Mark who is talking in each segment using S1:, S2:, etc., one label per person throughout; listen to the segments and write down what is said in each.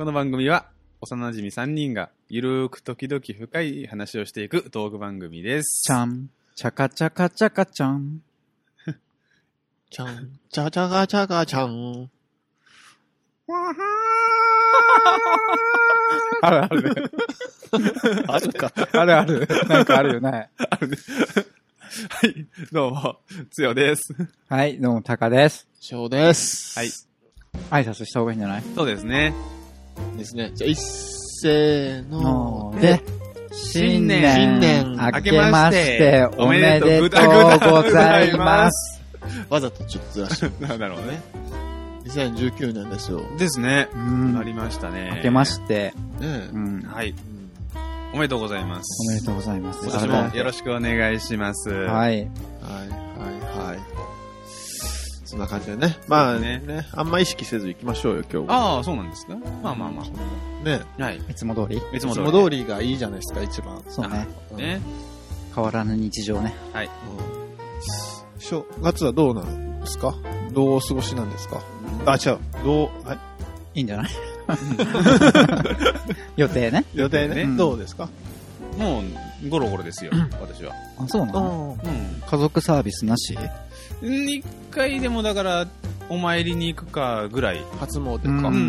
S1: この番組は幼馴染3人がゆるーく時々深い話をしていくトーク番組です。
S2: ちゃん、チャカチャカチャカちゃん。
S3: ちゃん、チャチャカチャカちゃん。
S2: わはーあるある。
S3: あるか。
S2: あるある。なんかあるよね。
S1: あるね。はい、どうも、つよです。
S2: はい、どうも、タカです。
S3: しょうです。
S1: はい。
S2: 挨拶した方がいいんじゃない？
S1: そうですね。
S3: ですね。じゃあ、一せーの
S2: で、新年明けましておめでとうございます。
S3: わざとちょっとずらして。
S1: なるほどね。
S3: 2019年ですよ。
S1: ですね。
S2: うん。
S1: なりましたね。
S2: 明けまして。
S3: ね
S2: うん。
S1: はい。おめでとうございます。
S2: おめでとうございます。
S1: 今年もよろしくお願いします。
S2: はい。
S3: はい、はい、はい。そんな感じでね。まあね、あんま意識せず行きましょうよ、今日は。
S1: ああ、そうなんですか。まあまあまあ。
S3: ね。
S1: はい。
S2: いつも通り？
S1: いつも通り
S3: がいいじゃないですか、一番。
S2: そうね。
S1: ね。
S2: 変わらぬ日常ね。
S1: はい。
S3: 正月はどうなんですか？どうお過ごしなんですか？あ、違う。はい。
S2: いいんじゃない？予定ね。
S3: 予定ね。どうですか？
S1: もう、ゴロゴロですよ、私は。
S2: あ、そうなの？
S1: うん。
S2: 家族サービスなし？
S1: 一回でもだから、お参りに行くかぐらい。
S3: 初詣か。
S1: うん。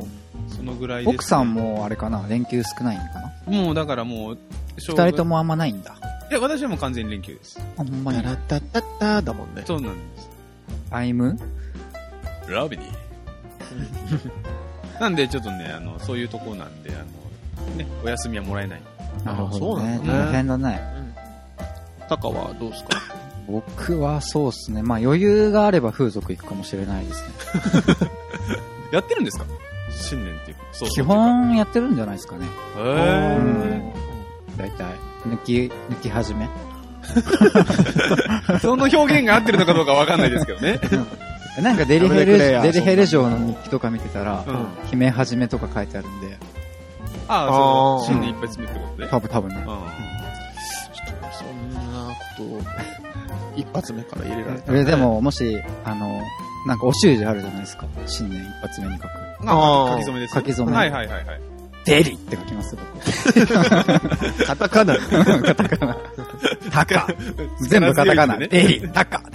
S1: そのぐらいです、ね。
S2: 奥さんもあれかな、連休少ないのかな？
S1: もうだからもう、
S2: 二人ともあんまないんだ。
S1: いや、私はもう完全に連休です。
S2: あ、ほんまに。
S3: タラタタタだもんね。
S1: そうなんです。
S2: I'm?
S1: ラビディ。なんでちょっとね、そういうとこなんで、ね、お休みはもらえない。
S2: なるほどね。
S3: そうなんだね。
S2: 大変だね。
S3: タカはどうですか？
S2: 僕はそうっすね。まあ余裕があれば風俗行くかもしれないですね。
S1: やってるんですか？新年っていうか。そう
S2: 基本やってるんじゃないですかね。
S1: へー。
S2: だいたい抜き始め。
S1: その表現が合ってるのかどうかわかんないですけどね。
S2: なんかデリヘル城の日記とか見てたら、決め始めとか書いてあるんで。
S1: ああ、そう。新年一発目ってことで。
S2: 多分ね。
S3: ちょっとそんなことを一発目から入れられたら、ね。
S2: でも、もし、なんかお習字あるじゃないですか。新年一発目に書く。
S1: 書き初めです。
S2: 書き初め。
S1: はいはいはいはい。
S2: デリって書きますよ、
S3: 僕。カタカナ。
S2: カタカナ。タカ。全部カタカナ。デリ、タカ。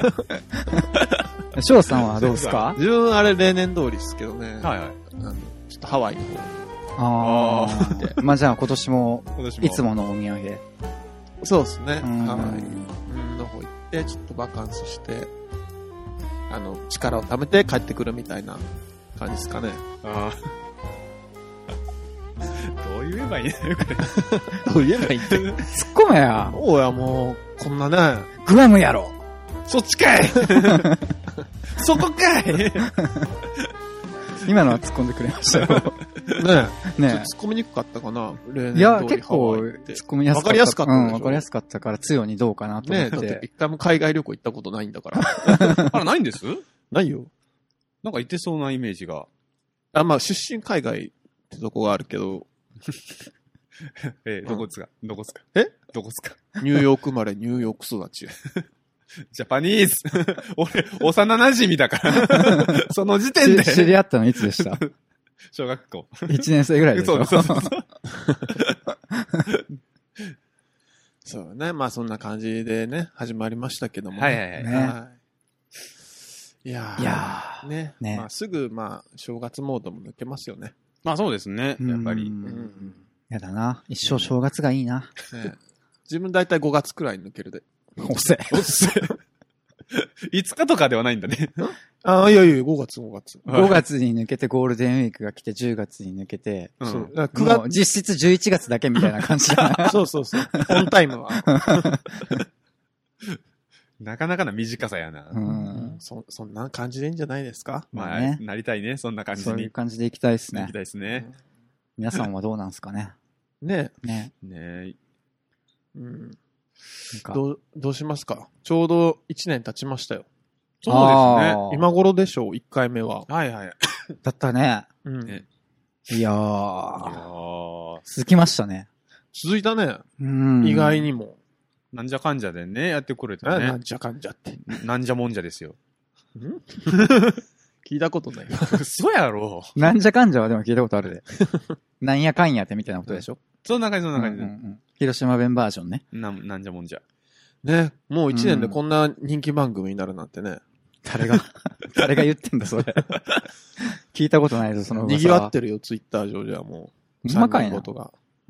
S2: 翔さんはどうですか？
S3: 自分あれ例年通りですけどね。
S1: はいはい。
S3: ちょっとハワイの方。
S2: ああ。まあじゃあ今年も、いつものお土産。
S3: そうですね。ハワイの方行って、ちょっとバカンスして、力を貯めて帰ってくるみたいな感じですかね。
S1: ああ。どう言えばいいんだよ、これ。
S3: どう言えばいいんだよ。
S2: 突っ込めや。
S3: おや、もう、こんなね。
S2: グアムやろ。
S1: そっちかいそこかい
S2: 今のは突っ込んでくれましたよ。
S3: ねえ。突っ込みにくかったかな？
S2: いや、結構、突っ込みやすかった。
S3: わかりやすかった。
S2: わかりやすかったから、強にどうかなと思って。
S3: ねえ、だって一回も海外旅行行ったことないんだから。
S1: あら、ないんです？
S3: ないよ。
S1: なんか行ってそうなイメージが。
S3: まあ、出身海外ってとこがあるけど。
S1: どこですか？どこですか？どこですか？
S3: ニューヨーク生まれ、ニューヨーク育ち。
S1: ジャパニーズ。俺、幼馴染だから。その時点で。
S2: 知り合ったのいつでした？
S1: 小学校。
S2: 1年生ぐらいでしょ？
S3: そう。そうね。まあそんな感じでね、始まりましたけども。
S1: はいはいはい。
S2: ね、
S3: いや
S2: ー。
S3: ね。まあすぐ、正月モードも抜けますよね。
S1: まあそうですね。やっぱり。
S2: やだな。一生正月がいいな。
S3: 自分だいたい5月くらいに抜けるで。
S2: おせ。
S1: 5日とかではないんだね。
S3: いや、5月。
S2: 5月に抜けてゴールデンウィークが来て10月に抜けて、
S3: そう
S2: 9月実質11月だけみたいな感じだな。
S3: そう。オンタイムは。
S1: なかなかな短さやな。
S3: そんな感じでいいんじゃないですか？
S1: まあ、なりたいね、そんな感じに。
S2: そういう感じでいきたいですね。
S1: いきたいですね。
S2: 皆さんはどうなんですかね？
S3: ね。どうしますか？ちょうど1年経ちましたよ。
S1: そうですね。
S3: 今頃でしょう、1回目は。
S1: はいはい。
S2: だったね。いやー。続きましたね。
S3: 続いたね。意外にも。
S1: なんじゃかんじゃでね、やってくれたね。
S3: なんじゃかんじゃって。
S1: なんじゃもんじゃですよ。
S3: 聞いたことない。
S1: 嘘やろ。
S2: なんじゃかんじゃはでも聞いたことあるで。なんやかんやってみたいなことでしょ。
S1: そんな感じ、そんな感じ。
S2: 広島弁バージョンね。
S1: なんじゃもんじゃ。
S3: ね。もう1年でこんな人気番組になるなんてね。
S2: 誰が言ってんだ、それ。聞いたことないぞ、その噂。
S3: 賑わってるよ、ツイッター上ではもう。
S2: 細かいな。
S3: ことが。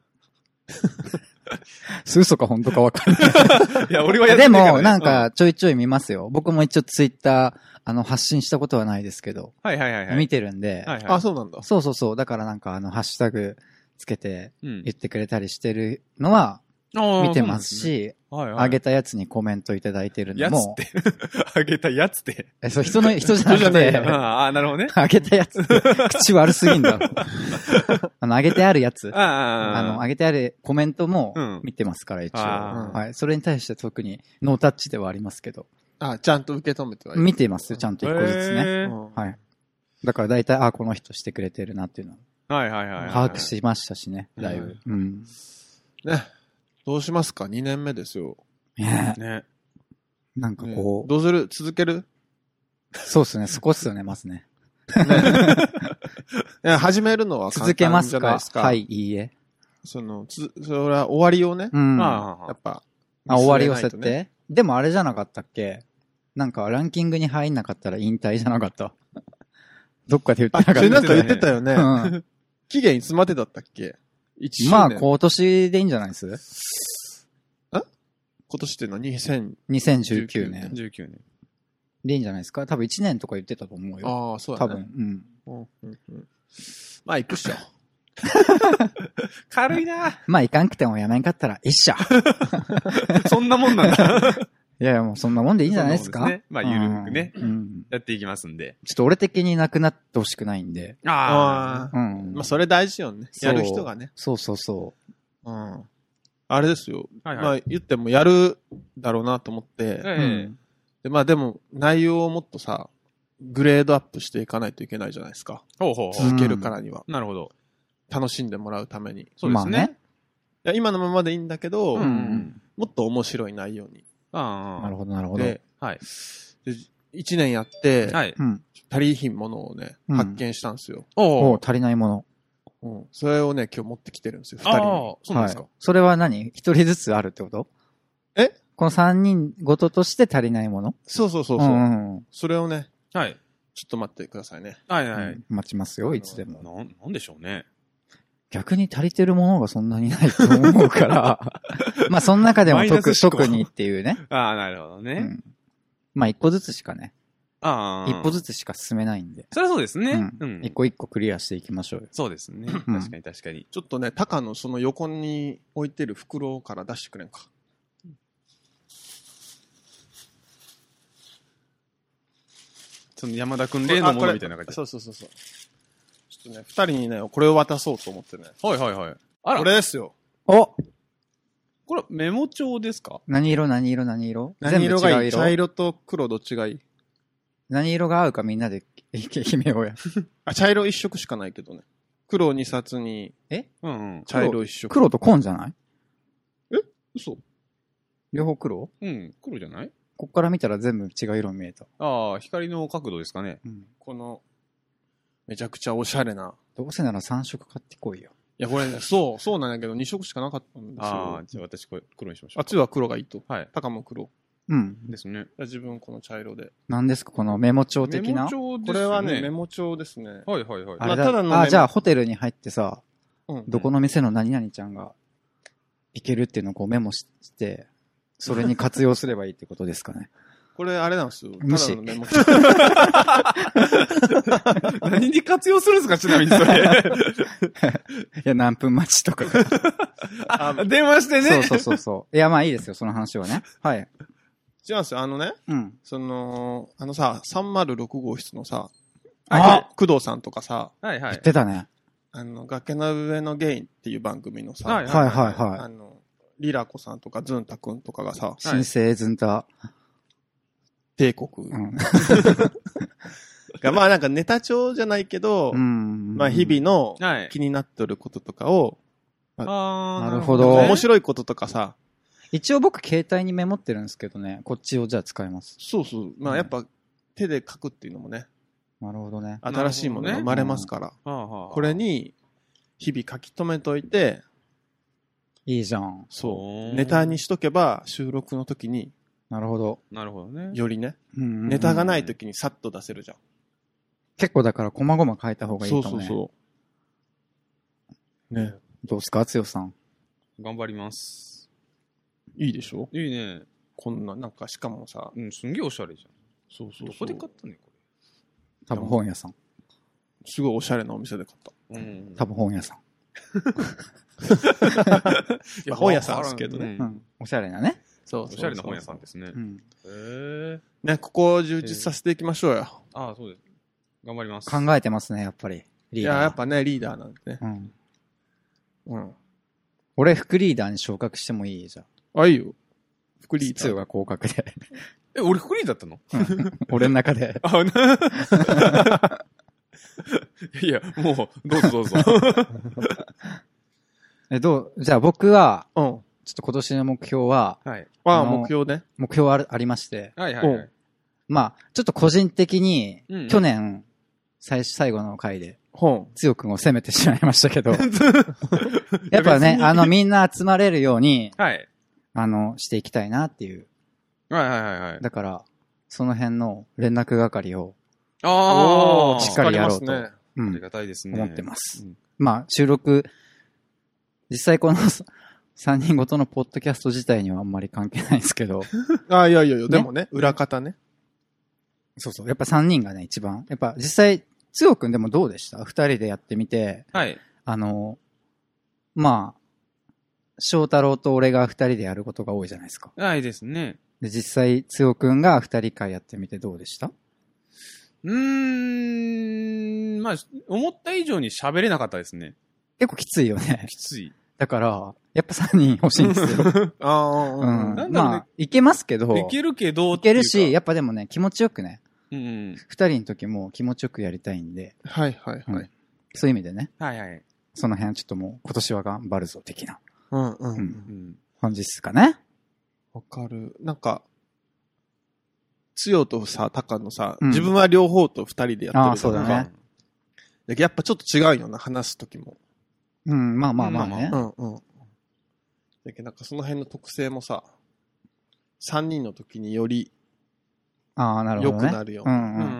S2: 嘘か本当かわかんない。
S1: いや、俺はやってないからね。
S2: でも、なんか、ちょいちょい見ますよ。僕も一応ツイッター、発信したことはないですけど。
S1: はいはいはい。
S2: 見てるんで。
S1: はいはい。
S3: あ、そうなんだ。
S2: そうそうそう。だからなんか、ハッシュタグつけて、言ってくれたりしてるのは、見てますし、あげたやつにコメントいただいてるのも。
S1: やつって。あげたやつって。
S2: そう、人じゃなくて。
S1: ああ、なるほどね。
S2: あげたやつ。口悪すぎんだ。あげてあるやつ。あげてあるコメントも見てますから、一応。はい。それに対して特にノータッチではありますけど。
S3: あ、ちゃんと受け止めてはいる。
S2: 見てますよ、ちゃんと一個ずつね。はい。だから大体、この人してくれてるなっていうのは。
S1: はいはいはい。
S2: 把握しましたしね、だいぶ。うん。
S3: ね。どうしますか ?2 年目ですよ。
S2: ね。なんかこう。
S3: どうする続ける
S2: そうっすね。そこっすよね、まずね。
S3: いや、始めるのは簡単じゃないですか。
S2: 続けますか？はい、いいえ。
S3: それは終わりをね。
S2: うん。
S3: やっぱ。
S2: 終わりを設定？でもあれじゃなかったっけ？なんかランキングに入んなかったら引退じゃなかった。どっかで言ってなかった。
S3: それなんか言ってたよね。期限いつまでだったっけ
S2: まあ、今年でいいんじゃないです
S3: 今年っていうのは
S2: 2019年。
S1: 19年。
S2: でいいんじゃないですか多分1年とか言ってたと思うよ。
S3: ああ、そうだね。
S2: 多分。
S3: まあ、行くっしょ。
S1: 軽いな。
S2: まあ、行かんくてもやめんかったら、一緒。
S1: そんなもんなんだ。
S2: いや、もうそんなもんでいいんじゃないですか
S1: まあ、ゆるくね。やっていきますんで。
S2: ちょっと俺的になくなってほしくないんで。
S3: ああ。まあ、それ大事よね。やる人がね。
S2: そうそうそう。
S3: あれですよ。まあ、言ってもやるだろうなと思って。で、まあでも、内容をもっとさ、グレードアップしていかないといけないじゃないですか。続けるからには。
S1: なるほど。
S3: 楽しんでもらうために。
S2: そうですね。
S3: いや今のままでいいんだけど、もっと面白い内容に。
S2: なるほど、なるほど。
S3: で、1年やって、足りひんものをね、発見したんですよ。
S2: 足りないも
S3: の。それをね、今日持ってきてるんですよ、2人に。
S1: そうなんですか。
S2: それは何？一人ずつあるってこと？この3人ごととして足りないもの？
S3: そう。それをね、ちょっと待ってくださいね。
S2: 待ちますよ、いつでも。
S1: なんでしょうね。
S2: 逆に足りてるものがそんなにないと思うから、まあその中でも特にっていうね。
S1: なるほどね。
S2: まあ一個ずつしかね。
S1: 一
S2: 歩ずつしか進めないんで。
S1: そりゃそうですね。
S2: 一個一個クリアしていきましょうよ。
S1: そうですね。確かに確かに。
S3: ちょっとね、タカのその横に置いてる袋から出してくれんか。
S1: その山田くん例のものみたいな感じ。
S3: そう。ちょっとね、2人にね、これを渡そうと思ってね。
S1: はい。
S3: あら。これですよ。
S2: こ
S1: れメモ帳ですか？
S2: 何色
S3: がいい？茶色と黒どっちがいい？
S2: 何色が合うかみんなで決めようや。
S3: 茶色一色しかないけどね。黒2冊に。茶色一色。
S2: 黒と紺じゃない？
S3: 嘘？
S2: 両方黒？
S1: 黒じゃない？
S2: こっから見たら全部違う色に見えた。
S1: 光の角度ですかね。
S3: この、めちゃくちゃおしゃれな。
S2: どうせなら3色買ってこいよ。
S3: いや、これね、そうなんだけど、2色しかなかったんですよ。
S1: じゃあ私これ黒にしましょう。
S3: 次は黒がいいと。タカも黒。
S1: ですね。
S3: 自分この茶色で。
S2: 何ですかこのメモ帳的な？
S3: これはね、メモ帳ですね。
S1: はい。
S2: ただのじゃあホテルに入ってさ、どこの店の何々ちゃんが行けるっていうのをこうメモして、それに活用すればいいってことですかね。
S3: これあれなんですよ。
S2: 無視。
S3: 何
S1: に活用するんですかちなみにそれ。
S2: いや、何分待ちとか。
S1: 電話してね。
S2: そう。いや、まあいいですよ、その話はね。はい。
S3: 違うんですよ、306号室のさ、工藤さんとかさ、
S2: 言ってたね。
S3: 崖の上のゲインっていう番組のさ、リラコさんとかズンタくんとかがさ、
S2: 新生ズンタ。
S3: 帝国。まあなんかネタ帳じゃないけど、まあ日々の気になってることとかを、
S2: なるほど。
S3: 面白いこととかさ。
S2: 一応僕携帯にメモってるんですけどね、こっちをじゃあ使います。
S3: そう。まあやっぱ手で書くっていうのもね、
S2: なるほどね。
S3: 新しいものが生まれますから。これに、日々書き留めといて、
S2: いいじゃん。
S3: そう。ネタにしとけば、収録の時に、
S2: なるほど。
S1: なるほどね。
S3: よりね、ネタがない時にさっと出せるじゃん。
S2: 結構だから、細々書いた方がいいかもね。
S3: そうそうそう。ね。
S2: どうすか、つよさん。
S1: 頑張ります。
S3: いいでしょ？
S1: いいね。
S3: こんな、なんか、しかもさ、
S1: すんげえおしゃれじゃん。
S3: そうそうそう。
S1: どこで買ったね、これ。
S2: 多分本屋さん。
S3: すごいおしゃれなお店で買った。
S2: 多分本屋さん。
S3: いや、本屋さんですけどね。
S2: おしゃれなね。
S1: そう。おしゃれな本屋さんですね。
S3: ね、ここを充実させていきましょうよ。
S1: ああ、そうです。頑張ります。
S2: 考えてますね、やっぱり。
S3: いや、やっぱね、リーダーなんでね。
S2: 俺、副リーダーに昇格してもいいじゃん。
S3: あ、いいよ。副リーダー。
S2: つよが降格で。
S1: 俺副リーダーだった
S2: の？俺の中で。
S1: いや、もう、どうぞどうぞ。
S2: じゃあ僕は、ちょっと今年の目標は、
S3: 目標ね。
S2: 目標ありまして、
S1: はいはいはい。
S2: まあ、ちょっと個人的に、去年、最後の回で、つよくんを責めてしまいましたけど、やっぱね、みんな集まれるように、していきたいなっていう。
S1: はいはいはいはい。
S2: だから、その辺の連絡係を、
S1: し
S2: っかりやろうと、
S1: ありがたいですね。
S2: 思ってます。まあ、収録、実際この3人ごとのポッドキャスト自体にはあんまり関係ないんですけど。
S3: いやいやいや、でもね、裏方ね。
S2: そうそう。やっぱ3人がね、一番。やっぱ実際、つよくんでもどうでした？ 2人でやってみて。
S1: はい。
S2: まあ、翔太郎と俺が2人でやることが多いじゃないですか。
S1: はいですね。
S2: で、実際、つよくんが2人会やってみてどうでした？
S1: まあ、思った以上に喋れなかったですね。
S2: 結構きついよね。
S1: きつい。
S2: だから、やっぱ3人欲しいんですよ。まあ、いけますけど。
S1: いけるけど。
S2: いけるし、やっぱでもね、気持ちよくね。2人の時も気持ちよくやりたいんで。
S3: はいはいはい。
S2: そういう意味でね。
S1: はいはい。
S2: その辺ちょっともう今年は頑張るぞ、的な。感じっすかね。
S3: わかる。なんか、つよとさ、たかのさ、自分は両方と2人でやってるじゃん。
S2: そうだね。
S3: やっぱちょっと違うよな、話す時も。
S2: まあまあまあね。
S3: だけどなんかその辺の特性もさ、3人の時により、
S2: なるほどね。
S3: 良くなるよ。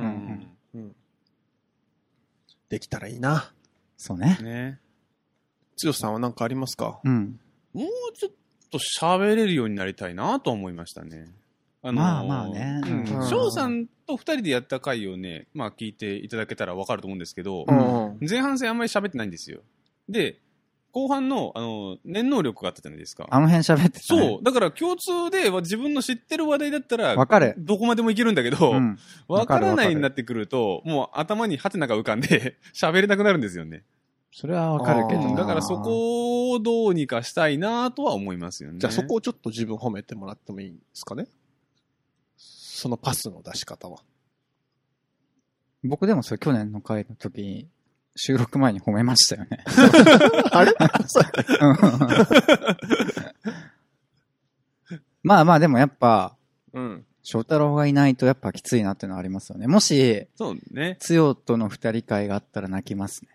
S3: できたらいいな。
S2: そうね。
S3: つよさんは何かありますか？
S1: もうちょっと喋れるようになりたいなと思いましたね。
S2: まあまあね。
S1: 翔さんと2人でやった回をね、まあ聞いていただけたら分かると思うんですけど、前半戦あんまり喋ってないんですよ。で、後半の、念能力があったじゃないですか。
S2: あの辺喋ってた、ね。
S1: そう。だから共通で自分の知ってる話題だったら、
S2: わかる。
S1: どこまでもいけるんだけど、わからないになってくると、もう頭にハテナが浮かんで、喋れなくなるんですよね。
S2: それはわかるけど。
S1: だからそこをどうにかしたいなとは思いますよね。
S3: じゃあそこをちょっと自分褒めてもらってもいいですかね？そのパスの出し方は。
S2: 僕でもそれ去年の回の時に、収録前に褒めましたよね。
S3: あれ
S2: まあまあでもやっぱ、翔太郎がいないとやっぱきついなっていうのはありますよね。もし、
S1: そうね。
S2: つよとの2人会があったら泣きますね。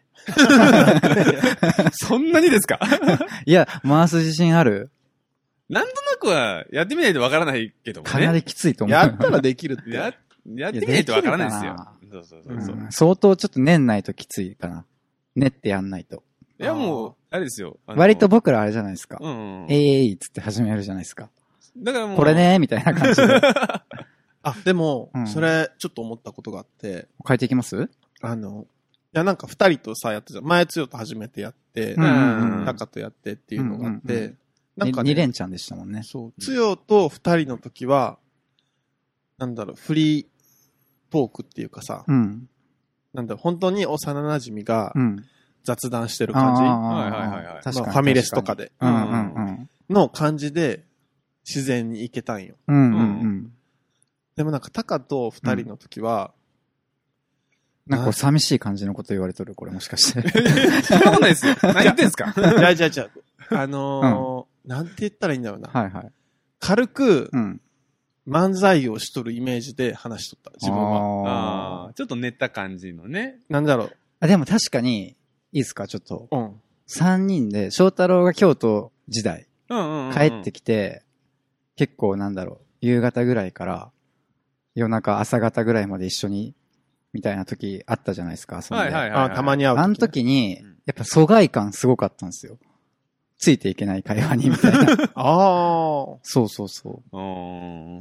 S1: そんなにですか？
S2: いや、回す自信ある？
S1: なんとなくはやってみないとわからないけどもね。
S2: かなりきついと思う。
S3: やったらできるって。
S1: やってみないとわからないですよ。そう
S2: 相当ちょっと年ないときついかな。練ってやんないと。
S1: いやもう、あれですよ。
S2: 割と僕らあれじゃないですか。つって始めるじゃないですか。
S1: だからもう。
S2: これねみたいな感じで。
S3: でも、それちょっと思ったことがあって。
S2: 変えていきます？
S3: いやなんか2人とさ、やってた。前つよと初めてやって、タカとやってっていうのがあって。
S2: なんか2連チャンでしたもんね。
S3: そう。つよと2人の時は、なんだろう、フリートークっていうかさ、なんだろう、本当に幼馴染が雑談してる感じ。ファミレスとかで。の感じで自然に行けたんよ。でもなんかタカと2人の時は、
S2: なんか寂しい感じのこと言われとるこれもしかして。
S1: そんなことないですよ。何言ってんすか？
S3: じゃなんて言ったらいいんだろうな。
S2: はいはい。
S3: 軽く、 漫才をしとるイメージで話しとった、自分
S1: は。ああ、ちょっと練った感じのね。
S3: なんだろう。
S2: でも確かに、いいですか、ちょっと。うん。3人で、翔太郎が京都時代、帰ってきて、結構なんだろう、夕方ぐらいから、夜中朝方ぐらいまで一緒に、みたいな時あったじゃないですか、そんで。はいはいはい、はい。たまに会う時。あの時に、やっぱ疎外感すごかったんですよ。ついていけない会話にみたいな。ああ。そうそうそう。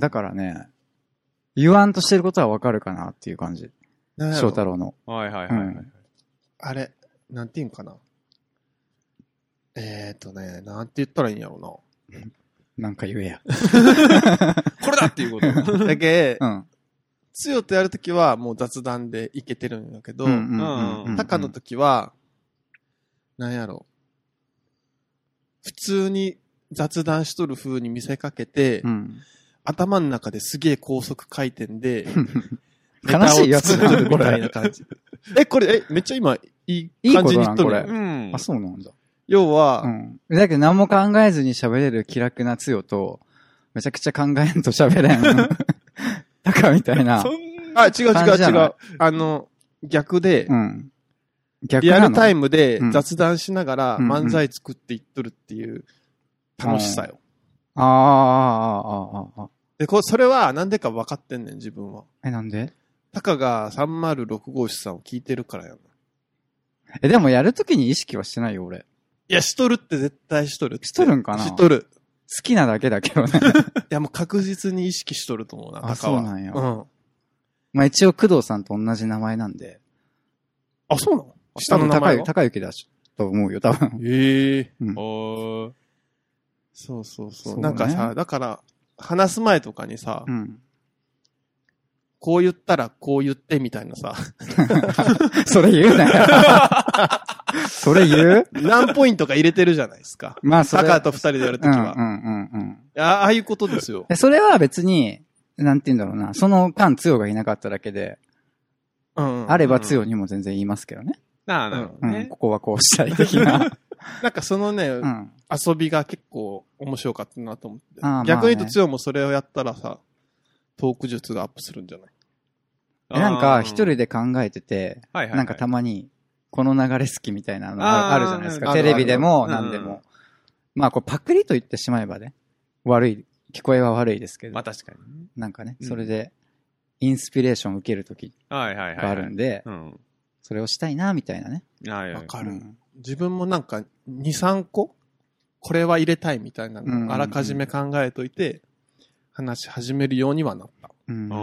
S2: だからね、言わんとしてることはわかるかなっていう感じ。翔太郎の。はいはいはい、はい
S3: あれ、なんて言うんかな。なんて言ったらいいんやろうな。
S2: なんか言えや。
S1: これだっていうこと。
S3: だけ、つよとやるときはもう雑談でいけてるんだけど、タカのときは、なんやろ。普通に雑談しとる風に見せかけて、頭の中ですげえ高速回転で、
S2: 悲しいやつだ
S3: みたいな感じ。これ、めっちゃ今、いい感じに言っとる。
S2: あ、そうなんだ。
S3: 要は、
S2: だけど何も考えずに喋れる気楽なつよと、めちゃくちゃ考えんと喋れん。タカみたいな。
S3: 違う。逆で、リアルタイムで雑談しながら漫才作っていっとるっていう楽しさよ。で、それはなんでか分かってんねん、自分は。
S2: なんで？
S3: タカが306号室さんを聞いてるからや
S2: な。でもやるときに意識はしてないよ、俺。
S3: いや、しとるって絶対しとる。
S2: しとるんかな？
S3: しとる。
S2: 好きなだけだけどね。
S3: いや、もう確実に意識しとると思うな、タカは。
S2: そうなんや。まあ一応工藤さんと同じ名前なんで。
S3: あ、そうなの？下の名前は
S2: 高雪だと思うよ、多分。
S3: そうそうそう。なんかさ、だから、話す前とかにさ、こう言ったらこう言ってみたいなさ。
S2: それ言うなよ。それ言う？
S3: 何ポイントか入れてるじゃないですか。まあそれ。タカと二人でやるときは。ああいうことですよ。
S2: それは別に、なんて言うんだろうな。その間、つよがいなかっただけで、あればつよにも全然言いますけどね。
S1: なるほどね。
S2: ここはこうしたい的な。
S3: なんかそのね、遊びが結構面白かったなと思って。逆に言うとつよもそれをやったらさ、トーク術がアップするんじゃない？
S2: なんか一人で考えてて、なんかたまにこの流れ好きみたいなのあるじゃないですか。テレビでも何でも。まあこれパクリと言ってしまえばね、聞こえは悪いですけど。
S1: まあ確かに。
S2: なんかね、それでインスピレーションを受けるときがあるんで、それをしたいな、みたいなね。
S3: わかる。自分もなんか2、3個これは入れたいみたいなのをあらかじめ考えといて、話し始めるようにはなった。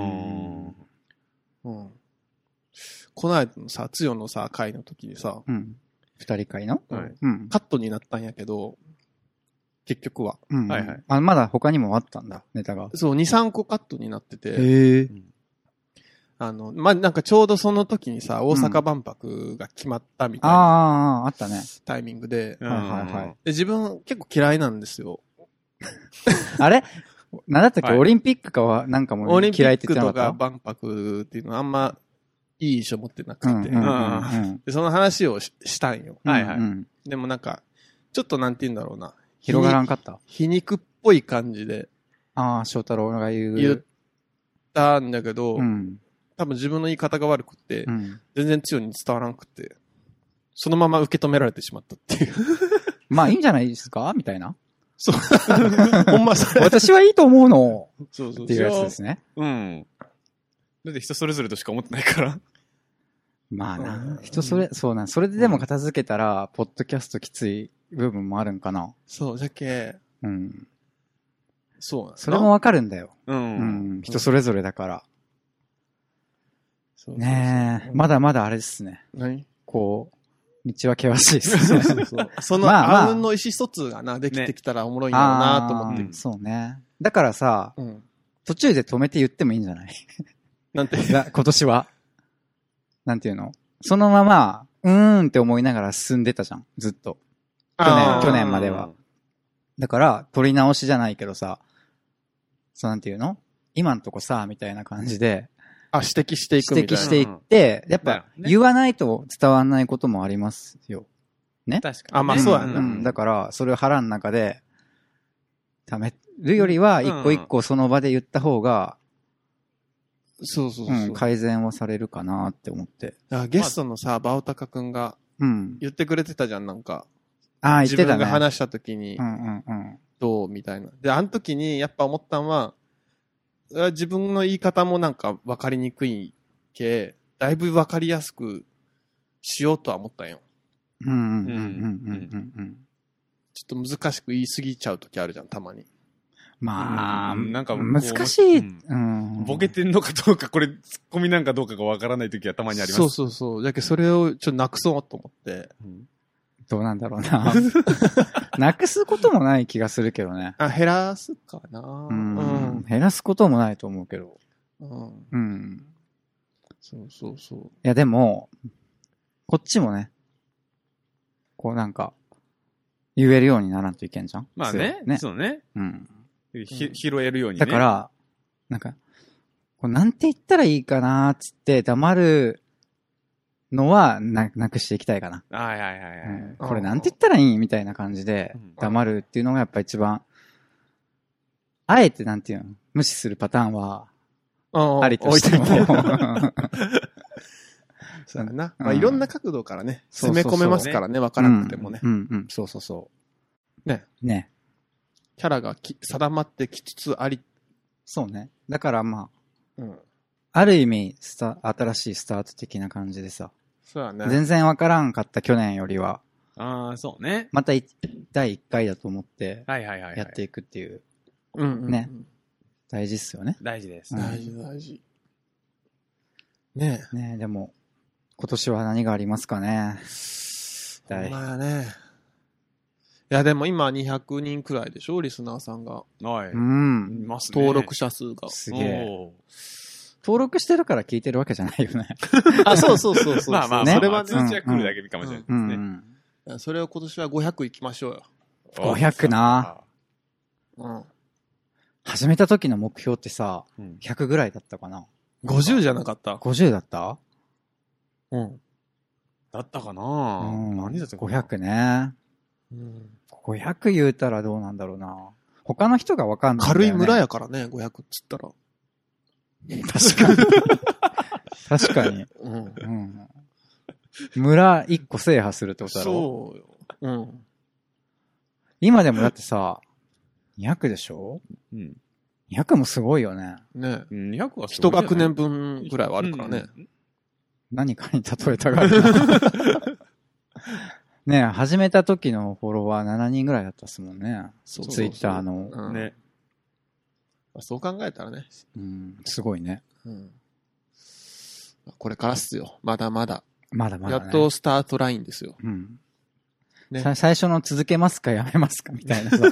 S3: この間のさ、つよのさ、会の時にさ、
S2: 二人会の
S3: カットになったんやけど、結局は。
S2: まだ他にもあったんだ、ネタが。
S3: そう、2、3個カットになってて。なんかちょうどその時にさ、大阪万博が決まったみたいな。
S2: あったね。
S3: タイミングで。で、自分結構嫌いなんですよ。
S2: あれなんだったっけ、オリンピックかはなんかも嫌いって言ってなかった？
S3: オリンピックとか万博っていうのはあんまいい印象持ってなくて。で、その話をしたんよ。でもなんか、ちょっとなんて言うんだろうな。
S2: 広がらんかった？
S3: 皮肉っぽい感じで。
S2: 翔太郎が
S3: 言ったんだけど、多分自分の言い方が悪くって、全然強に伝わらなくて、そのまま受け止められてしまったっていう。
S2: まあいいんじゃないですかみたいな。
S3: そう。ほんまそれ。
S2: 私はいいと思うの。そうっていうやつですね。
S1: だって人それぞれとしか思ってないから。
S2: まあな。そうな。それででも片付けたら、ポッドキャストきつい部分もあるんかな。
S3: そう、じゃけ。そう。
S2: それもわかるんだよ。人それぞれだから。ねえ、まだまだあれですね。
S3: 何？
S2: こう、道は険しいですね。
S3: その、あうんの意思疎通がな、できてきたらおもろいんだろうなと思って。
S2: そうね。だからさ、途中で止めて言ってもいいんじゃない？
S3: なんて
S2: 今年は。なんていうの？そのまま、って思いながら進んでたじゃん。ずっと。去年までは。だから、取り直しじゃないけどさ、なんていうの？今んとこさ、みたいな感じで、
S3: 指摘していくみたいな。
S2: 指摘していって、やっぱ、言わないと伝わらないこともありますよ。ね。
S3: 確かに。まあそうやな。
S2: だから、それを腹の中で、 貯めるよりは、一個一個その場で言った方が、
S3: そうそうそう、
S2: 改善はされるかなって思って。
S3: ゲストのさ、バオタカくんが、言ってくれてたじゃん、なんか。
S2: 言ってたね。
S3: 自分が話した時に、どうみたいな。で、あの時にやっぱ思ったのは、自分の言い方もなんか分かりにくいけ、だいぶ分かりやすくしようとは思ったんよ。ちょっと難しく言い過ぎちゃう時あるじゃん、たまに。
S2: まあ、
S1: なんか
S2: 難しい、
S1: ボケてんのかどうか、これ、ツッコミなんかどうかがわからない時はたまにあります。
S3: そう。だけどそれをちょっとなくそうと思って。
S2: どうなんだろうな。なくすこともない気がするけどね。
S3: 減らすかな。
S2: 減らすこともないと思うけど。
S3: そう。
S2: いや、でも、こっちもね、こうなんか、言えるようにならんといけんじゃん。
S1: まあね。そうね。拾えるようにね。
S2: だから、なんか、こうなんて言ったらいいかなーっつって黙るのはなくしていきたいかな。これなんて言ったらいいみたいな感じで黙るっていうのがやっぱ一番、あえてなんていうの無視するパターンは、ありとしても。
S3: そうだな。まあいろんな角度からね、攻め込めますからね、わからなくてもね。
S2: そう。
S3: ね。キャラが定まってきつつあり。
S2: そうね。だからまあ、ある意味、新しいスタート的な感じでさ。
S3: そうだね。
S2: 全然わからんかった去年よりは。
S1: そうね。
S2: また第1回だと思って、やっていくっていう。ね。大事っすよね。
S1: 大事です。
S3: 大事。ね
S2: え、でも、今年は何がありますかね。
S3: まあね。いや、でも今200人くらいでしょリスナーさんが。
S1: はい。
S3: 登録者数が。
S2: すげえ。登録してるから聞いてるわけじゃないよね。
S3: そう。
S1: まあ、それは通知が来るだけかもしれないです
S3: ね。それを今年は500行きましょうよ。
S2: 500な。始めた時の目標ってさ、100ぐらいだったかな。
S3: 50じゃなかった
S2: ?50 だった？
S1: だったかな。
S2: 何だったかな。500ね。500言うたらどうなんだろうな。他の人がわかんない、
S3: 軽い村やからね、500っつったら。
S2: 確かに。村1個制覇するってことだろ。
S3: そうよ。
S2: 今でもだってさ、200でしょ？200もすごいよね。
S3: ね。200は一学年分ぐらいはあるからね。
S2: 何かに例えたがる。ねえ、始めた時のフォロワー7人ぐらいだったっすもんね。ツイッターの。
S3: ね。そう考えたらね。
S2: すごいね。
S3: これからっすよ。まだまだ。
S2: や
S3: っとスタートラインですよ。
S2: 最初の続けますかやめますかみたいなさ。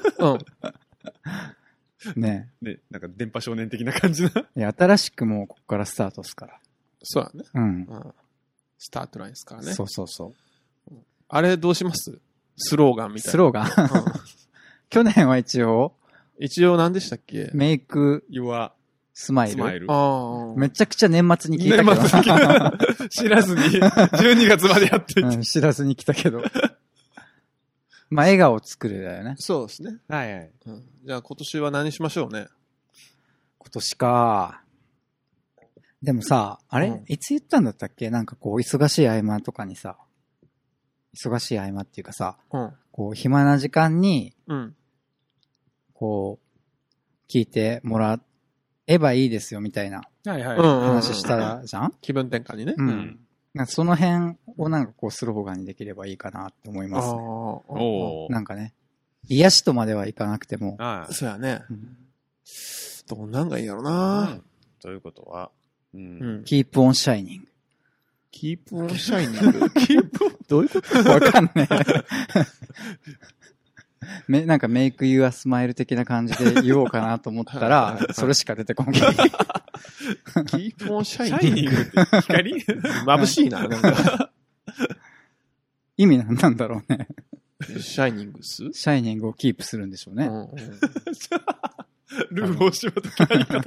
S2: ね
S1: え。なんか電波少年的な感じな。
S2: いや、新しくもうここからスタートっすから。
S3: そうだね。スタートラインですからね。
S2: そう。
S3: あれどうします？スローガンみたいな。
S2: スローガン去年は一応
S3: 何でしたっけ？
S2: メイク、スマイル。めちゃくちゃ年末に聞いたけど。
S1: 知らずに、12月までやって
S2: 知らずに来たけど。まあ、笑顔を作るだよね。
S3: そうですね。
S1: はい。
S3: じゃあ今年は何しましょうね。
S2: 今年か。でもさ、あれ、いつ言ったんだったっけ？なんかこう、忙しい合間とかにさ、忙しい合間っていうかさ、こう、暇な時間に、こう、聞いてもらえばいいですよみたいな話したじゃん？
S3: 気分転換にね。
S2: なんかその辺をなんかこうスローガンにできればいいかなって思いますね。なんかね、癒しとまではいかなくても。
S3: そうやね。どんなんがいいやろな。
S1: ということは、
S2: Keep on shining。
S3: キープオンシャイニングどういうこと
S2: わかんねえ。なんかメイクユアスマイル的な感じで言おうかなと思ったら、それしか出てこない。
S3: キープオンシャイニングって光眩しいな、なんか。
S2: 意味なんだろうね。
S3: シャイニングス？
S2: シャイニングをキープするんでしょうね。
S1: ルールをしまときゃいいかなって。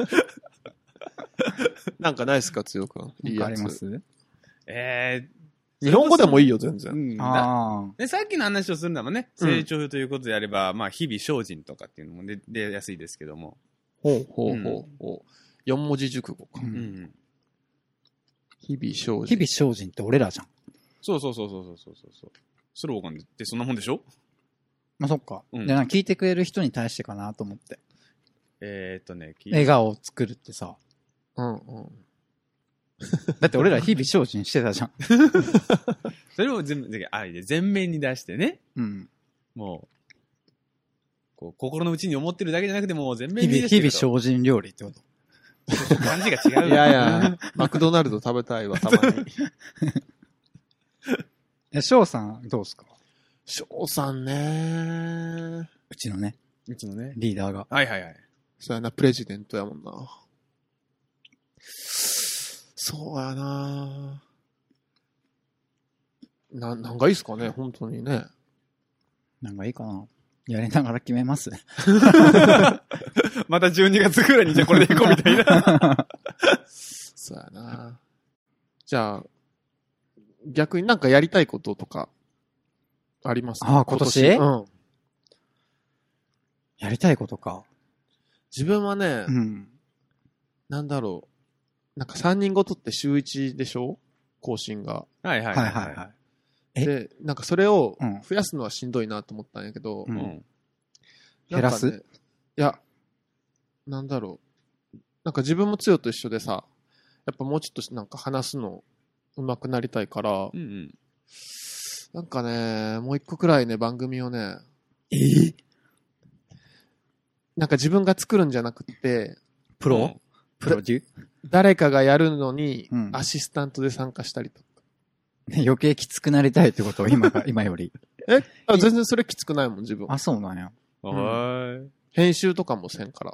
S3: なんかないっすか、強くん。
S2: いいやつあります？
S3: 日本語でもいいよ、全然。
S1: で、さっきの話をするのはね、成長ということであれば、まあ、日々精進とかっていうのも出やすいですけども。
S3: ほう。4文字熟語か。日々精進。
S2: 日々精進って俺らじゃん。
S1: そう。スローガンってそんなもんでしょ？
S2: まあ、そっか。で、聞いてくれる人に対してかなと思って。
S1: 笑
S2: 顔を作るってさ。だって俺ら日々精進してたじゃん。
S1: それを全面に出してね。もう、こう心の内に思ってるだけじゃなくても全面に出して。
S2: 日々精進料理ってこと。
S1: 感じが違う。
S3: いや、マクドナルド食べたいわ、たま
S2: に。翔さん、どうすか？
S3: 翔さんね。
S2: うちのね。リーダーが。
S1: はい。
S3: そうやな、プレジデントやもんな。そうやな。なんがいいっすかね、本当にね。
S2: なんかいいかな。やりながら決めます。
S1: また12月ぐらいにじゃあこれでいこうみたいな。
S3: そうやな。じゃあ、逆になんかやりたいこととか、ありますか？
S2: 今年やりたいことか。
S3: 自分はね、なんだろう。なんか3人ごとって週1でしょ？更新が。
S1: はい。
S3: で、なんかそれを増やすのはしんどいなと思ったんやけど、
S2: 減らす？
S3: いや、なんだろう。なんか自分もつよと一緒でさ、やっぱもうちょっとなんか話すの上手くなりたいから、なんかね、もう一個くらいね、番組をね、なんか自分が作るんじゃなくて、
S2: プロデュ
S3: 誰かがやるのに、アシスタントで参加したりとか。
S2: 余計きつくなりたいってこと今より。
S3: 全然それきつくないもん、自分。
S2: あ、そうなんや。
S3: 編集とかもせんから。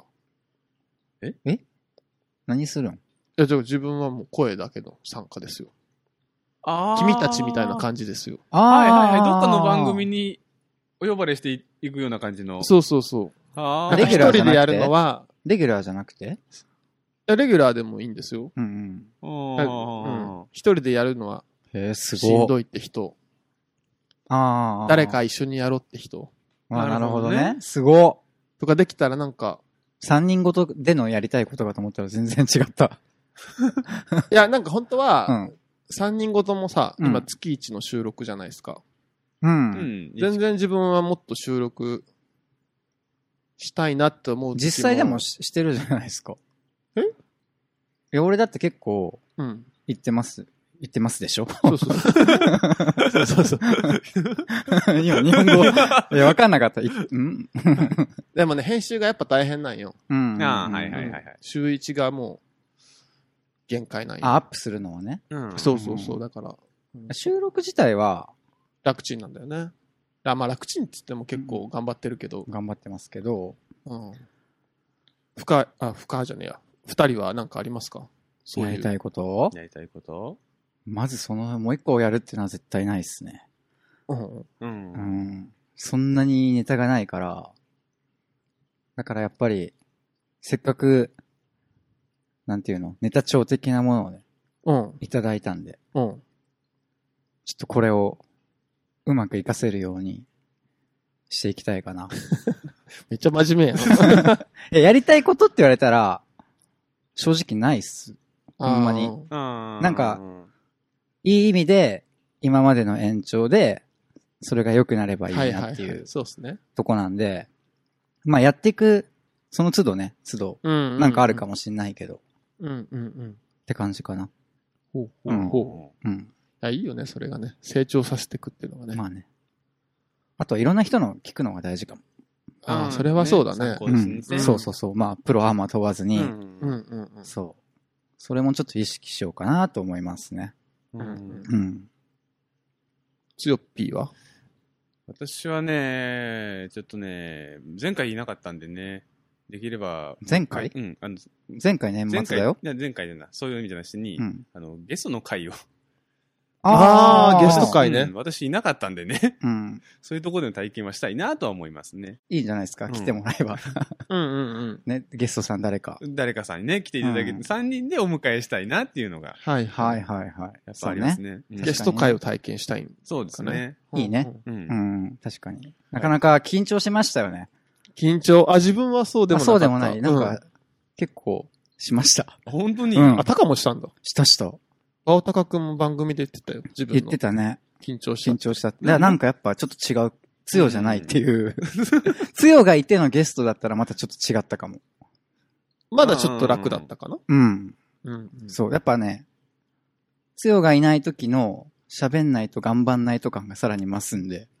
S2: 何するん？い
S3: や、自分はもう声だけの参加ですよ。君たちみたいな感じですよ。
S1: はい。どっかの番組にお呼ばれしていくような感じの。
S3: そう。
S2: レギュラー
S3: 一人でやるのは、
S2: レギュラーじゃなくて？
S3: いや、レギュラーでもいいんですよ。一人でやるのは、
S2: すごい。
S3: しんどいって人。誰か一緒にやろうって人。
S2: なるほどね。すごい。
S3: とかできたらなんか。
S2: 3人ごとでのやりたいことかと思ったら全然違った。
S3: いや、なんか本当は、3人ごともさ、今月1の収録じゃないですか。全然自分はもっと収録したいなって思う。
S2: 実際でもしてるじゃないですか。いや、俺だって結構、言ってます。言ってますでしょ？そう。今、日本語、わかんなかった。
S3: でもね、編集がやっぱ大変なんよ。
S1: はい。
S3: 週1がもう、限界なんよ。
S2: アップするのはね。
S3: そう。だから。
S2: 収録自体は、
S3: 楽ちんなんだよね。まあ楽ちんって言っても結構頑張ってるけど。
S2: 頑張ってますけど。
S3: 深じゃねえや。2人は何かありますか？
S2: やりたいことまずもう一個やるっていうのは絶対ないですね。そんなにネタがないから。だからやっぱり、せっかく、なんていうの、ネタ帳的なものをね、いただいたんで、ちょっとこれをうまく活かせるようにしていきたいかな。
S3: めっちゃ真面目や。
S2: やりたいことって言われたら、正直ないっす。ほんまに。なんか、いい意味で、今までの延長で、それが良くなればいいなっていう、
S3: そうですね。
S2: とこなんで、まあやっていく、その都度ね、なんかあるかもしんないけど、って感じかな。
S3: いいよね、それがね。成長させていくっていうのがね。
S2: まあね。あといろんな人の聞くのが大事かも。
S3: それはそうだね。
S2: そう。まあ、プロアマ問わずに、そう。それもちょっと意識しようかなと思いますね。
S3: つよっぴーは？
S1: 私はね、ちょっとね、前回いなかったんでね、できれば。
S2: 前回前回年末だよ。
S1: 前回でな、そういう意味じゃなしに、ゲストの回を。
S3: ゲスト会ね。
S1: 私いなかったんでね。そういうところでの体験はしたいなとは思いますね。
S2: いいんじゃないですか、来てもらえば。ね、ゲストさん誰か
S1: さんにね、来ていただけて、3人でお迎えしたいなっていうのが。
S2: はい。
S1: やっぱありますね。
S3: ゲスト会を体験したい。
S1: そうですね。
S2: いいね。確かに。なかなか緊張しましたよね。
S3: 緊張。自分はそうでもない。
S2: そうでもない。なんか、結構、しました。
S1: 本当に
S3: タカもしたんだ。
S2: した。
S3: 青高くんも番組で言ってたよ。自分の。
S2: 言ってたね。
S3: 緊張した。
S2: だからなんかやっぱちょっと違う。つよじゃないっていう。つよがいてのゲストだったらまたちょっと違ったかも。
S3: まだちょっと楽だったかな？
S2: そう。やっぱね、つよがいない時の喋んないと頑張んないと感がさらに増すんで。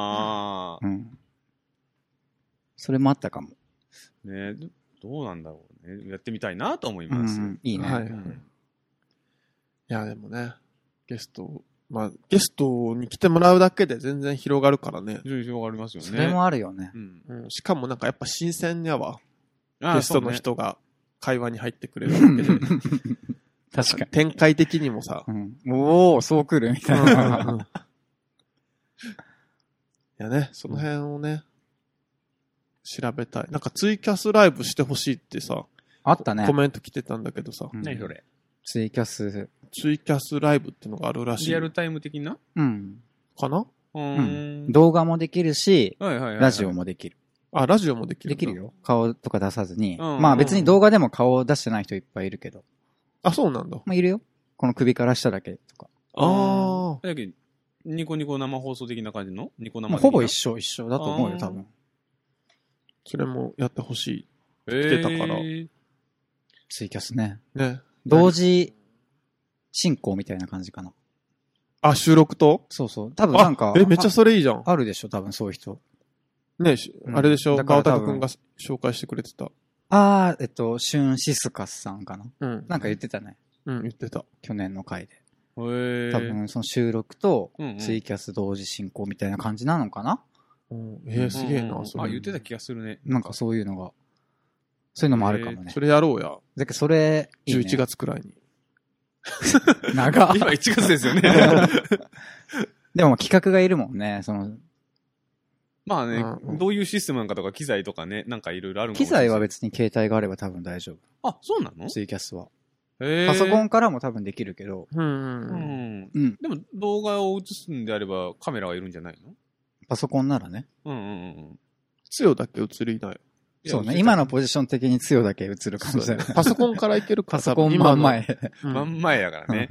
S2: それもあったかも。
S1: ね、どうなんだろうね。やってみたいなと思います。
S2: いいね。
S3: いや、でもね、ゲストに来てもらうだけで全然広がるからね。
S1: 広がりますよね。
S2: それもあるよね。
S3: しかもなんかやっぱ新鮮やわ。ゲストの人が会話に入ってくれるだけで。
S2: 確かに。
S3: 展開的にもさ。
S2: おー、そう来るみたいな。
S3: いやね、その辺をね、調べたい。なんかツイキャスライブしてほしいってさ。
S2: あったね。
S3: コメント来てたんだけどさ。
S1: 何それ？
S2: ツイキャス
S3: ライブってのがあるらしい。
S1: リアルタイム的な？
S3: かな？
S2: 動画もできるし、ラジオもできる。
S3: ラジオもできる。
S2: できるよ。顔とか出さずに。まあ別に動画でも顔を出してない人いっぱいいるけど。
S3: そうなんだ。
S2: まあいるよ。この首から下だけとか。
S1: だけど、ニコニコ生放送的な感じの？ニコ生
S2: ほぼ一緒だと思うよ、多分。
S3: それもやってほしい。来てたから。
S2: ツイキャスね。
S3: ね。
S2: 同時進行みたいな感じかな。
S3: 収録と？
S2: そう。多分なんか。
S3: めっちゃそれいいじゃん。
S2: あるでしょ、多分そういう人。
S3: ね、あれでしょ、ガオタクくんが紹介してくれてた。
S2: シュンシスカスさんかな。なんか言ってたね。
S3: 言ってた。
S2: 去年の回で。多分その収録とツイキャス同時進行みたいな感じなのかな？
S3: すげえな、それ。
S1: 言ってた気がするね。
S2: なんかそういうのが。そういうのもあるかもね。
S3: それやろうや。
S2: だけどそれ、
S3: 11月くらいに。
S2: 長っ。
S1: 今1月ですよね。
S2: でも企画がいるもんね、
S1: まあね、どういうシステムなんかとか機材とかね、なんかいろいろあるんかもしれない。
S2: 機材は別に携帯があれば多分大丈夫。
S1: そうなの？
S2: ツイキャスは。パソコンからも多分できるけど。
S1: でも動画を映すんであればカメラはいるんじゃないの？
S2: パソコンならね。
S3: つよだけ映りない。
S2: そうね。今のポジション的につよだけ映る感じだよね。
S3: パソコンからいけるか
S2: ら。パソコン真ん前。
S1: 真ん前やからね。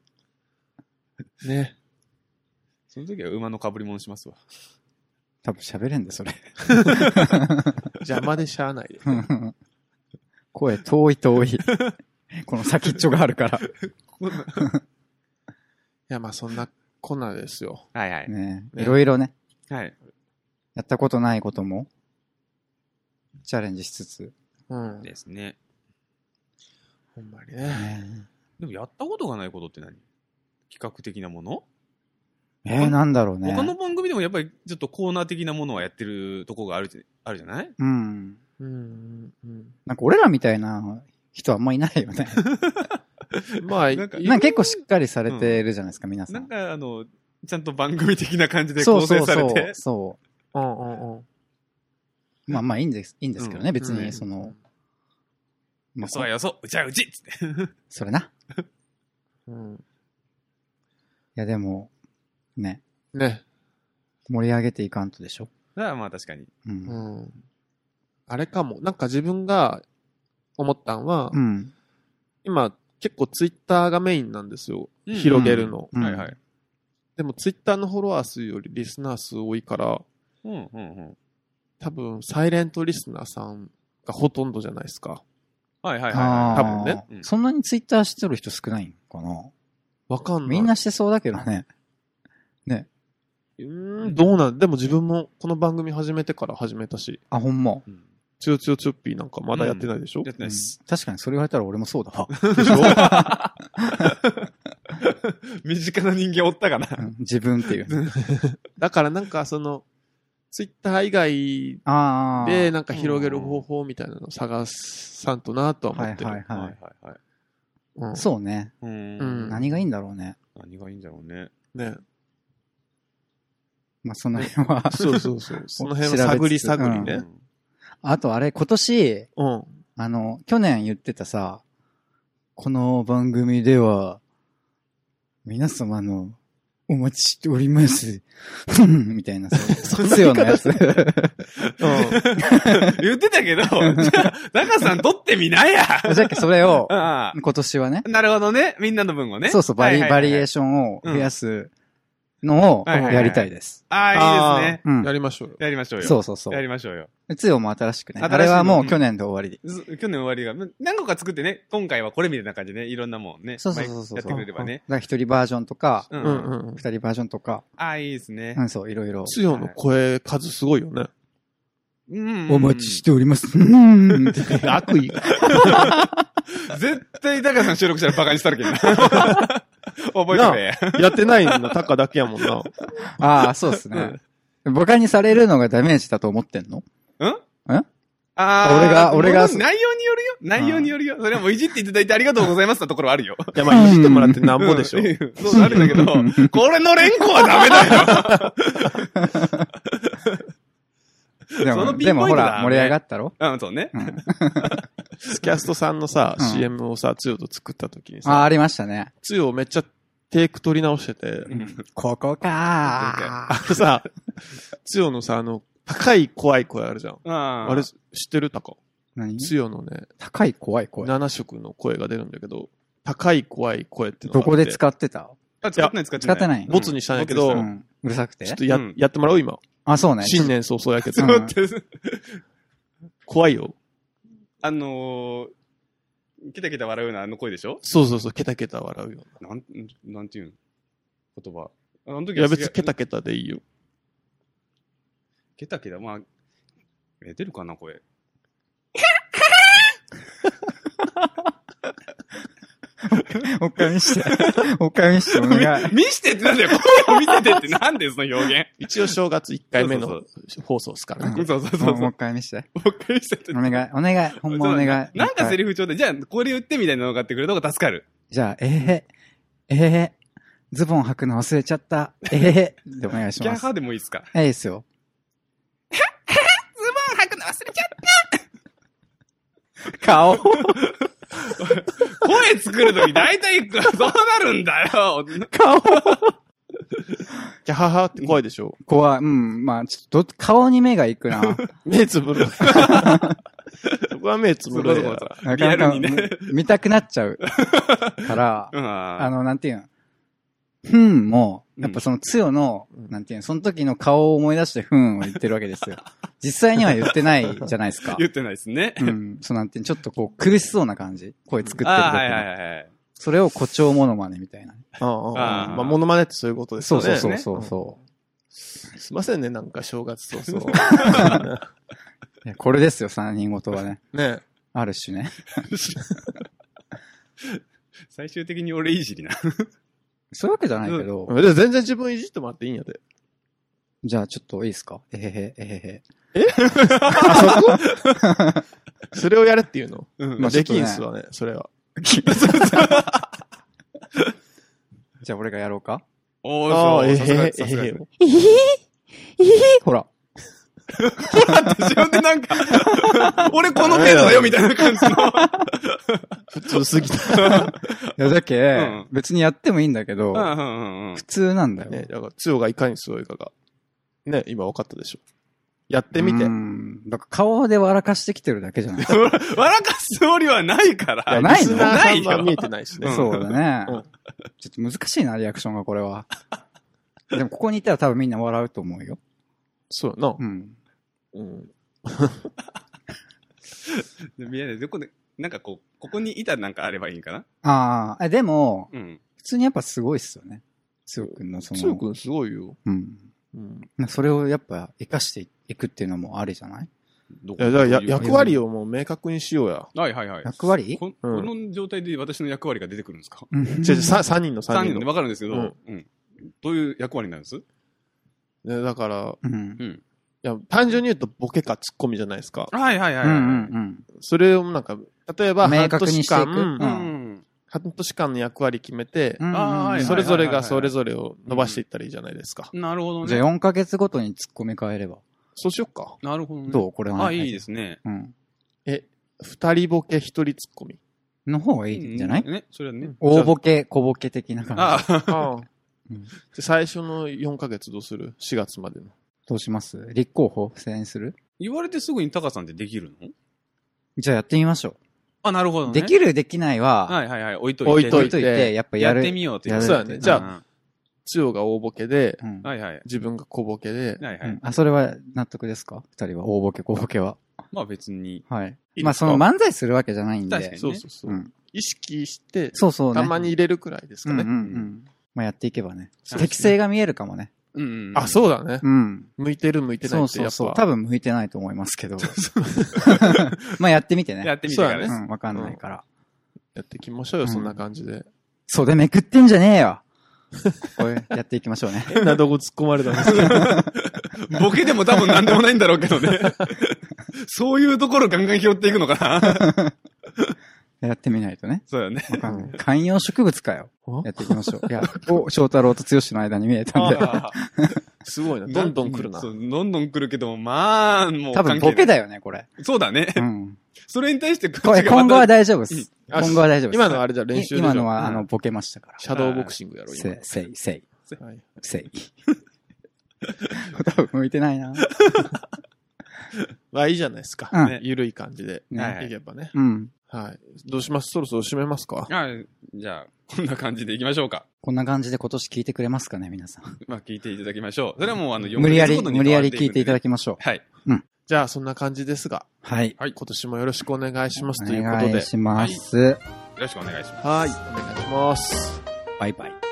S3: ね。
S1: その時は馬の被り物しますわ。
S2: 多分喋れんで、それ。
S3: 邪魔でしゃあないで。
S2: 声遠い。この先っちょがあるから。い
S3: や、まあそんなこんなですよ。
S2: ね。いろいろね。
S1: はい。
S2: やったことないことも、チャレンジしつつ。
S1: ですね。
S3: ほんまにね。
S1: でもやったことがないことって何？企画的なもの？
S2: なんだろうね。
S1: 他の番組でもやっぱりちょっとコーナー的なものはやってるとこがあるじゃない？
S2: なんか俺らみたいな人はあんまいないよね。まあ、なんか結構しっかりされてるじゃないですか、皆さん。
S1: なんかちゃんと番組的な感じで構成されて。
S2: そう。まあいいんですけどね、別に
S1: よそはよそ、うちはうちっつって。
S2: それな。いやでも、ね。盛り上げていかんとでしょ。
S1: まあ確かに。
S3: あれかも。なんか自分が思ったんは、今結構ツイッターがメインなんですよ。広げるの。でもツイッターのフォロワー数よりリスナー数多いから、多分サイレントリスナーさんがほとんどじゃないですか。多分ね。
S2: そんなにツイッターしてる人少ないんかな？
S3: わかんない。
S2: みんなしてそうだけどね。ね。
S3: どうなん？でも自分もこの番組始めてから始めたし。
S2: ほんま。
S3: つよつよつっぴーなんかまだやってないでしょ？
S1: やってないです。
S2: 確かにそれ言われたら俺もそうだわ。
S3: でしょ？
S1: 身近な人間おったかな。
S2: 自分っていう。
S3: だからなんかツイッター以外でなんか広げる方法みたいなのを探さんとなとは思ってる。
S2: そうね。何がいいんだろうね。
S1: 何がいいんだろうね。
S3: ね。
S2: まあ、その辺は。
S3: そう。その辺は探りね。
S2: あとあれ、今年、去年言ってたさ、この番組では、皆様のお待ちしております。みたいなさ、強のやつ。
S1: 言ってたけど、じゃあ、中さん撮ってみなや。
S2: じゃあ、それを、今年はね。
S1: なるほどね。みんなの分をね。
S2: そう、バリエーションを増やすのをやりたいです。
S1: ああ、いいですね。
S3: やりましょうよ。
S1: やりましょうよ。
S2: そう。
S1: やりましょうよ。
S2: つよも新しくね。あれはもう去年で終わり
S1: で。去年終わりが。何個か作ってね、今回はこれみたいな感じでね、いろんなもんね。
S2: そう。
S1: やってくれればね。
S2: だから一人バージョンとか、二人バージョンとか。
S1: いいですね。
S2: そう、いろいろ。
S3: つよの声数すごいよね。
S2: お待ちしております。
S3: 悪意が。
S1: 絶対高さん収録したらバカにしたるけどな。覚えて
S3: やってないのタカだけやもんな。
S2: ああ、そうですね。バカにされるのがダメージだと思ってんの？俺が。
S1: 内容によるよ。それはもういじっていただいてありがとうございますなところあるよ。
S3: いや、まあいじってもらってなんぼでしょ。
S1: そうあるんだけど、これの連呼はダメだよ。
S2: でもほら、盛り上がったろ？
S1: そうね。
S3: スキャストさんのさ、CM をさ、つよと作った時にさ。
S2: ありましたね。
S3: つよめっちゃテイク取り直してて。
S2: ここか
S3: ー。さ、つよのさ、高い怖い声あるじゃん。あれ、知ってるタカ？
S2: 何？
S3: つよのね。
S2: 高い怖い声。
S3: 7色の声が出るんだけど、高い怖い声っての
S2: があって。どこで使ってた？
S1: 使ってない。
S3: ボツにしたんやけど、
S2: うるさくて。
S3: ちょっとやってもらおう、今。
S2: そうね。
S3: 新年早々やけど。怖いよ。
S1: ケタケタ笑うような声でしょ？
S3: そう、ケタケタ笑うよう
S1: な。なんていうの？言葉。
S3: いや、別にケタケタでいいよ。
S1: ケタケタ、まあ、出るかな、声。
S2: おっかい見して。お願い。
S1: 見してってなんだよ。声を見せてってなんでその表現。
S3: 一応正月1回目の放送ですからね。
S1: そう。
S2: もう一回見して。
S1: もう一回見せて。
S2: お願い。ほんまお願い。
S1: なんかセリフちょうだい。じゃあ、これ言ってみたいなのがあってくれるのが助かる。
S2: じゃあ、ズボン履くの忘れちゃった。でお願いします。
S1: キャハでもいいですか？
S2: いいですよ。
S1: ズボン履くの忘れちゃった。
S2: 顔。
S1: 声作るとき大体そうなるんだよ。
S2: 顔。
S3: キャハハって怖いでしょ？
S2: 怖い。まあ、ちょっと、顔に目がいくな。
S3: 目つぶる。そこは目つぶる。
S1: リアルにね。
S2: 見たくなっちゃう。から、なんていうの。も、やっぱそのつよの、なんていうの、その時の顔を思い出してを言ってるわけですよ。実際には言ってないじゃないですか。
S1: 言ってないですね。
S2: そうなんていうちょっとこう苦しそうな感じ。声作ってる時に。それを誇張モノマネみたいな。
S3: まあ、モノマネってそういうことですよね。
S2: そう。
S3: すいませんね、なんか正月早々。
S2: これですよ、3人ごとはね。
S3: ね。
S2: ある種ね。
S1: 最終的に俺いじりな。
S2: そういうわけじゃないけど。
S3: 全然自分いじってもらっていいんやで。
S2: じゃあちょっといいですか？
S3: それをやれっていうの？まあできんすわね、それは。
S2: じゃあ俺がやろうか？
S1: そう、
S2: ほら。
S1: 自分でなんか、俺この程度だよみたいな感じの。
S3: 普通すぎた。
S2: いや、だけ、別にやってもいいんだけど、普通なんだよ。
S3: ね、だから、つよがいかにすごいかが、ね、今分かったでしょ。やってみて。
S2: だから顔で笑かしてきてるだけじゃない
S1: 笑かすつもりはないから。
S2: ないの？
S3: ないよ。見えてないしね。
S2: そうだね。ちょっと難しいな、リアクションがこれは。でもここにいたら多分みんな笑うと思うよ。
S3: そうやな。
S1: 見えない。どこで、なんかここにいたらなんかあればいいか
S2: な。でも、普通にやっぱすごいっすよね。つよくんのその。
S3: つよくんすごいよ。
S2: それをやっぱ活かしていくっていうのもありじゃない？
S3: 役割をもう明確にしようや。
S1: はい。
S2: 役割？
S1: この状態で私の役割が出てくるんですか
S3: ？3人の。
S1: 3人で分かるんですけど、どういう役割なんです？
S3: だから、いや、単純に言うとボケかツッコミじゃないですか。
S1: はい。
S3: それをなんか、例えば
S2: 明確にしていく。
S3: 半年間の役割決めて、それぞれがそれぞれを伸ばしていったらいいじゃないですか。
S1: なるほどね。
S2: じゃあ4ヶ月ごとに突っ込み変えれば。
S3: そうしよっか。
S1: なるほどね。
S2: どうこれは。
S1: いいですね。
S3: 二人ボケ一人突っ込み。
S2: の方がいいんじゃない
S1: ね。それはね。
S2: 大ボケ、小ボケ的な感
S3: じ。最初の4ヶ月どうする ?4 月までの。
S2: どうします立候補出演する
S1: 言われてすぐにタカさんってできるの？
S2: じゃあやってみましょ
S1: う。なるほどね。
S2: できるできないは、
S1: 置いとい
S2: て、やっぱ
S1: やってみようって。
S3: そうだね。じゃあ、つよが大ボケで、自分が小ボケで。
S2: それは納得ですか？二人は大ボケ、小ボケは。
S1: まあ別に。
S2: はい。まあその漫才するわけじゃないんで。
S3: そうそうそう。意識して、
S2: た
S3: まに入れるくらいですかね。
S2: まあやっていけばね。適性が見えるかもね。
S3: そうだね。向いてる向いてないってやっぱ。
S2: そう。多分向いてないと思いますけど。まあやってみてね。
S1: やってみてから
S2: ね。わかんないから。
S3: やっていきましょうよ、そんな感じで。
S2: 袖めくってんじゃねえよ。これやっていきましょうね。
S3: 変なとこ突っ込まれたんですけ
S1: ど。ボケでも多分なんでもないんだろうけどね。そういうところガンガン拾っていくのかな。
S2: やってみないとね。
S1: そうよね。
S2: 観葉植物かよ。やっていきましょう。いや、翔太郎と剛の間に見えたんで。
S3: すごいな。どんどん来るな。
S1: そう、どんどん来るけど、まあ、もう。
S2: 多分ボケだよね、これ。
S1: そうだね。それに対して
S2: 今後は大丈夫です。今後は大丈夫です。
S3: 今のはあれじゃ練習で
S2: 今のは、ボケましたから。
S3: シャドーボクシングやろう、
S2: 今。せい。多分向いてないな。
S3: まあいいじゃないですか。ゆるい感じで。いけばね。はい。どうします？そろそろ締めますか？
S1: じゃあ、こんな感じでいきましょうか。
S2: こんな感じで今年聞いてくれますかね、皆さん。
S1: まあ聞いていただきましょう。それはもう
S2: 無理やり聞いていただきましょう。
S1: はい。
S3: じゃあ、そんな感じですが。
S2: はい。
S3: 今年もよろしくお願いしますということで。
S2: お願いします。
S1: よろしくお願いします。
S3: はい。お願いします。
S2: バイバイ。